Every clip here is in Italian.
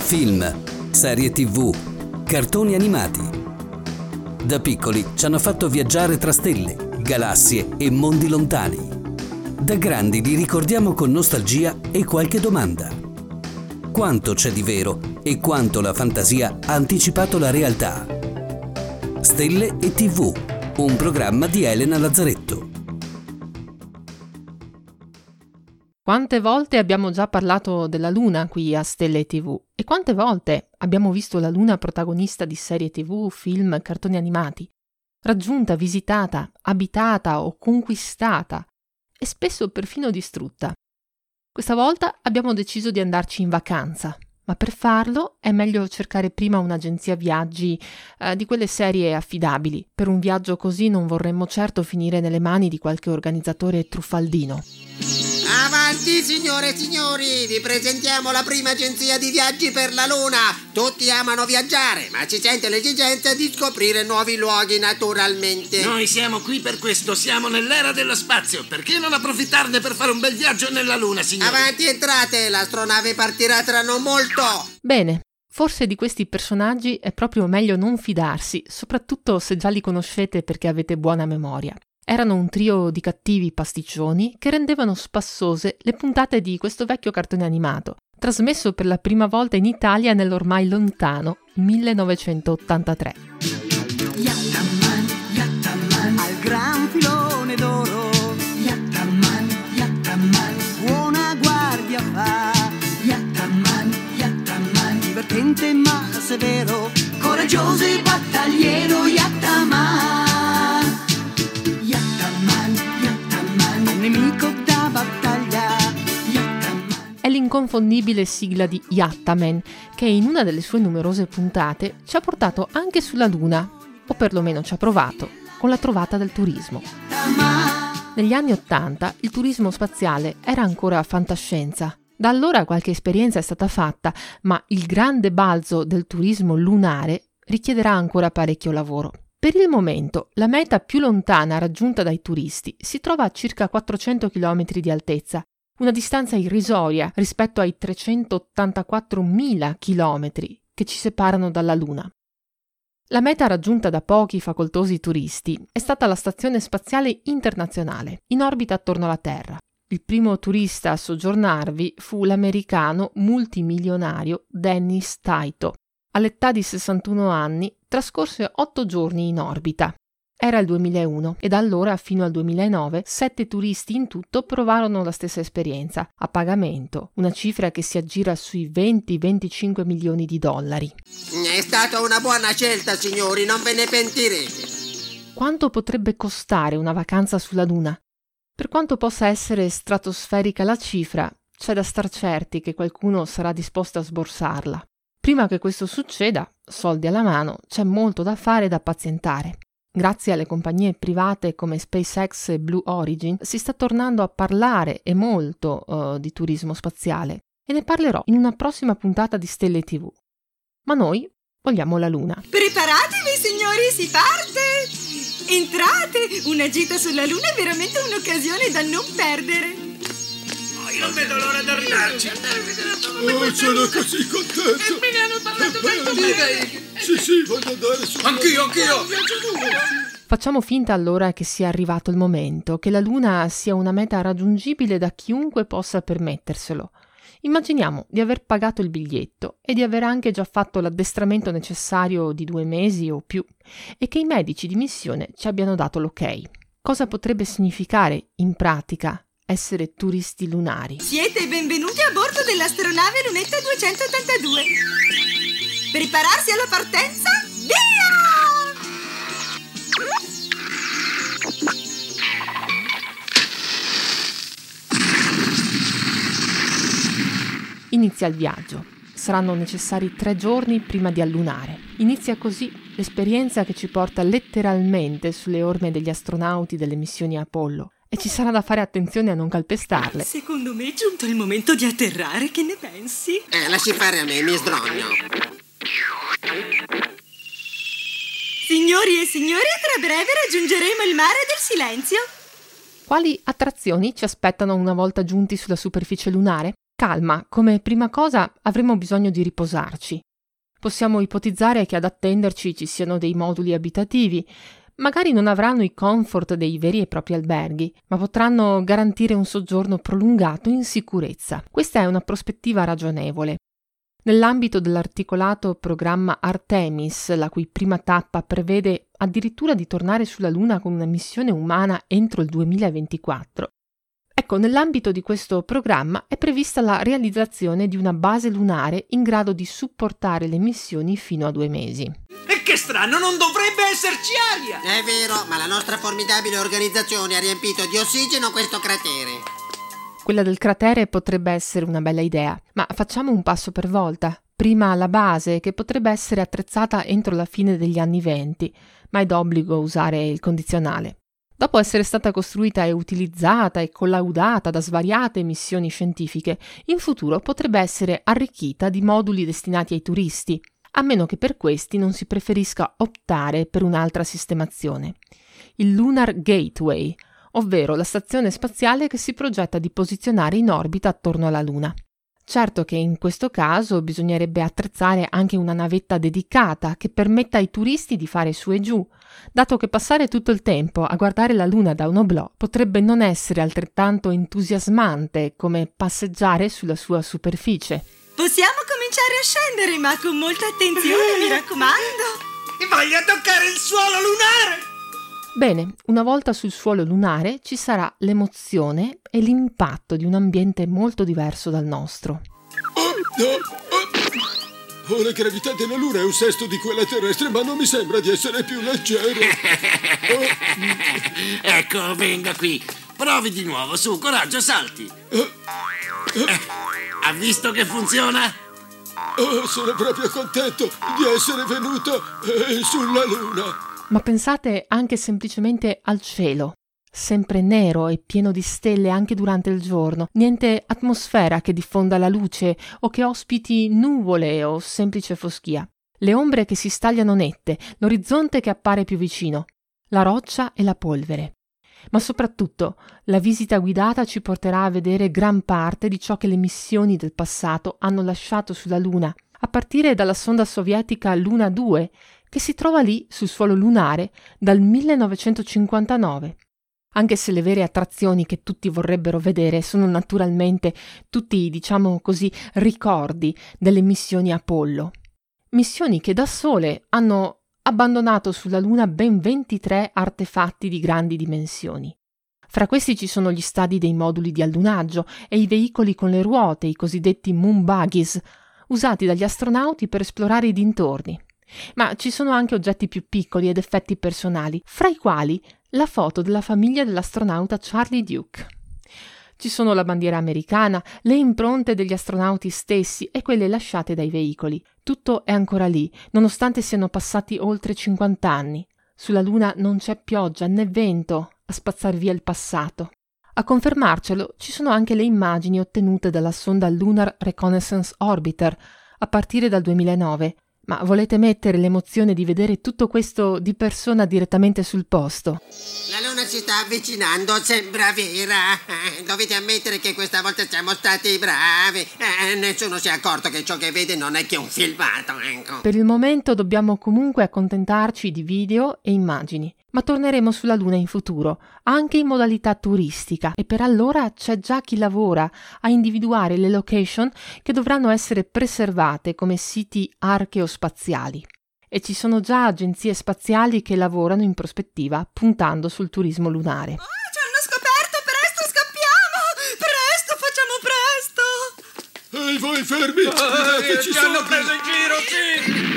Film, serie TV, cartoni animati. Da piccoli ci hanno fatto viaggiare tra stelle, galassie e mondi lontani. Da grandi li ricordiamo con nostalgia e qualche domanda. Quanto c'è di vero e quanto la fantasia ha anticipato la realtà? Stelle e TV, un programma di Elena Lazzaretto. Quante volte abbiamo già parlato della Luna qui a Stelle TV e quante volte abbiamo visto la Luna protagonista di serie TV, film, cartoni animati, raggiunta, visitata, abitata o conquistata e spesso perfino distrutta. Questa volta abbiamo deciso di andarci in vacanza, ma per farlo è meglio cercare prima un'agenzia viaggi di quelle serie affidabili. Per un viaggio così non vorremmo certo finire nelle mani di qualche organizzatore truffaldino. Avanti signore e signori, vi presentiamo la prima agenzia di viaggi per la Luna. Tutti amano viaggiare, ma ci sente l'esigenza di scoprire nuovi luoghi naturalmente. Noi siamo qui per questo, siamo nell'era dello spazio. Perché non approfittarne per fare un bel viaggio nella Luna, signori? Avanti, entrate, l'astronave partirà tra non molto. Bene, forse di questi personaggi è proprio meglio non fidarsi, soprattutto se già li conoscete perché avete buona memoria. Erano un trio di cattivi pasticcioni che rendevano spassose le puntate di questo vecchio cartone animato, trasmesso per la prima volta in Italia nell'ormai lontano 1983. Yattaman, Yattaman, al gran filone d'oro. Yattaman, Yattaman, buona guardia fa. Yattaman, Yattaman, divertente ma severo, coraggioso e battagliero. Yattaman. Nemico da battaglia. Yattaman. È l'inconfondibile sigla di Yattaman che in una delle sue numerose puntate ci ha portato anche sulla Luna, o perlomeno ci ha provato, con la trovata del turismo. Negli anni '80 il turismo spaziale era ancora fantascienza. Da allora qualche esperienza è stata fatta, ma il grande balzo del turismo lunare richiederà ancora parecchio lavoro. Per il momento, la meta più lontana raggiunta dai turisti si trova a circa 400 km di altezza, una distanza irrisoria rispetto ai 384.000 km che ci separano dalla Luna. La meta raggiunta da pochi facoltosi turisti è stata la Stazione Spaziale Internazionale, in orbita attorno alla Terra. Il primo turista a soggiornarvi fu l'americano multimilionario Dennis Taito. All'età di 61 anni trascorse 8 giorni in orbita. Era il 2001 e da allora fino al 2009 7 turisti in tutto provarono la stessa esperienza, a pagamento, una cifra che si aggira sui 20-25 milioni di dollari. È stata una buona scelta, signori, non ve ne pentirete. Quanto potrebbe costare una vacanza sulla Luna? Per quanto possa essere stratosferica la cifra, c'è da star certi che qualcuno sarà disposto a sborsarla. Prima che questo succeda, soldi alla mano, c'è molto da fare e da pazientare. Grazie alle compagnie private come SpaceX e Blue Origin si sta tornando a parlare e molto di turismo spaziale e ne parlerò in una prossima puntata di Stelle TV. Ma noi vogliamo la Luna. Preparatevi signori, si parte! Entrate! Una gita sulla Luna è veramente un'occasione da non perdere! Io non vedo l'ora di arrivarci. Sono così contento. Me ne hanno parlato tanto bene. Sì, voglio andare su. Anch'io. Facciamo finta allora che sia arrivato il momento, che la Luna sia una meta raggiungibile da chiunque possa permetterselo. Immaginiamo di aver pagato il biglietto e di aver anche già fatto l'addestramento necessario di 2 mesi o più e che i medici di missione ci abbiano dato l'ok. Cosa potrebbe significare, in pratica, essere turisti lunari? Siete benvenuti a bordo dell'astronave Lunetta 282. Prepararsi alla partenza? Via! Inizia il viaggio. Saranno necessari 3 giorni prima di allunare. Inizia così l'esperienza che ci porta letteralmente sulle orme degli astronauti delle missioni Apollo. E ci sarà da fare attenzione a non calpestarle. Secondo me è giunto il momento di atterrare, che ne pensi? Lasci fare a me, mi sdrogno. Signori e signore, tra breve raggiungeremo il mare del silenzio. Quali attrazioni ci aspettano una volta giunti sulla superficie lunare? Calma, come prima cosa avremo bisogno di riposarci. Possiamo ipotizzare che ad attenderci ci siano dei moduli abitativi. Magari non avranno i comfort dei veri e propri alberghi, ma potranno garantire un soggiorno prolungato in sicurezza. Questa è una prospettiva ragionevole. Nell'ambito dell'articolato programma Artemis, la cui prima tappa prevede addirittura di tornare sulla Luna con una missione umana entro il 2024, nell'ambito di questo programma è prevista la realizzazione di una base lunare in grado di supportare le missioni fino a 2 mesi. E che strano, non dovrebbe esserci aria! È vero, ma la nostra formidabile organizzazione ha riempito di ossigeno questo cratere. Quella del cratere potrebbe essere una bella idea, ma facciamo un passo per volta. Prima la base, che potrebbe essere attrezzata entro la fine degli anni 20, ma è d'obbligo usare il condizionale. Dopo essere stata costruita e utilizzata e collaudata da svariate missioni scientifiche, in futuro potrebbe essere arricchita di moduli destinati ai turisti, a meno che per questi non si preferisca optare per un'altra sistemazione. Il Lunar Gateway, ovvero la stazione spaziale che si progetta di posizionare in orbita attorno alla Luna. Certo che in questo caso bisognerebbe attrezzare anche una navetta dedicata che permetta ai turisti di fare su e giù, dato che passare tutto il tempo a guardare la Luna da un oblò potrebbe non essere altrettanto entusiasmante come passeggiare sulla sua superficie. Possiamo cominciare a scendere, ma con molta attenzione, mi raccomando. Voglio toccare il suolo lunare! Bene, una volta sul suolo lunare ci sarà l'emozione e l'impatto di un ambiente molto diverso dal nostro. La gravità della Luna è 1/6 di quella terrestre, ma non mi sembra di essere più leggero. Ecco, venga qui. Provi di nuovo, su, coraggio, salti. Ha visto che funziona? Sono proprio contento di essere venuto sulla Luna. Ma pensate anche semplicemente al cielo, sempre nero e pieno di stelle anche durante il giorno, niente atmosfera che diffonda la luce o che ospiti nuvole o semplice foschia. Le ombre che si stagliano nette, l'orizzonte che appare più vicino, la roccia e la polvere. Ma soprattutto la visita guidata ci porterà a vedere gran parte di ciò che le missioni del passato hanno lasciato sulla Luna, a partire dalla sonda sovietica Luna 2, che si trova lì sul suolo lunare dal 1959. Anche se le vere attrazioni che tutti vorrebbero vedere sono naturalmente tutti, diciamo così, ricordi delle missioni Apollo. Missioni che da sole hanno abbandonato sulla Luna ben 23 artefatti di grandi dimensioni. Fra questi ci sono gli stadi dei moduli di allunaggio e i veicoli con le ruote, i cosiddetti moon buggies, usati dagli astronauti per esplorare i dintorni. Ma ci sono anche oggetti più piccoli ed effetti personali, fra i quali la foto della famiglia dell'astronauta Charlie Duke. Ci sono la bandiera americana, le impronte degli astronauti stessi e quelle lasciate dai veicoli. Tutto è ancora lì, nonostante siano passati oltre 50 anni. Sulla Luna non c'è pioggia né vento a spazzar via il passato. A confermarcelo ci sono anche le immagini ottenute dalla sonda Lunar Reconnaissance Orbiter a partire dal 2009. Ma volete mettere l'emozione di vedere tutto questo di persona direttamente sul posto? La Luna si sta avvicinando, sembra vera. Dovete ammettere che questa volta siamo stati bravi. Nessuno si è accorto che ciò che vede non è che un filmato, ecco. Per il momento dobbiamo comunque accontentarci di video e immagini. Ma torneremo sulla Luna in futuro, anche in modalità turistica, e per allora c'è già chi lavora a individuare le location che dovranno essere preservate come siti archeospaziali. E ci sono già agenzie spaziali che lavorano in prospettiva puntando sul turismo lunare. Oh, ci hanno scoperto! Presto, scappiamo! Presto, facciamo presto! Ehi, voi fermi! Ci hanno preso in giro, sì!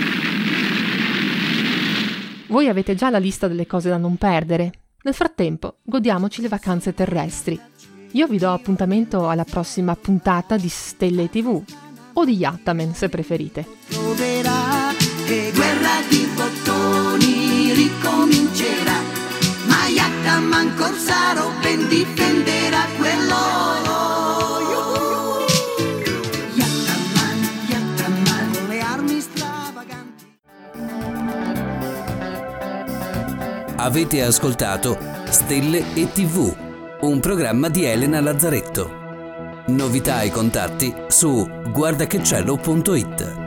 Voi avete già la lista delle cose da non perdere. Nel frattempo, godiamoci le vacanze terrestri. Io vi do appuntamento alla prossima puntata di Stelle TV, o di Yattaman se preferite. Troverà che guerra di bottoni ricomincerà, ma Yattaman Corsaro ben difenderà quell'oro. Yattaman, con le armi stravaganti. Avete ascoltato Stelle e TV, un programma di Elena Lazzaretto. Novità e contatti su guardachecielo.it.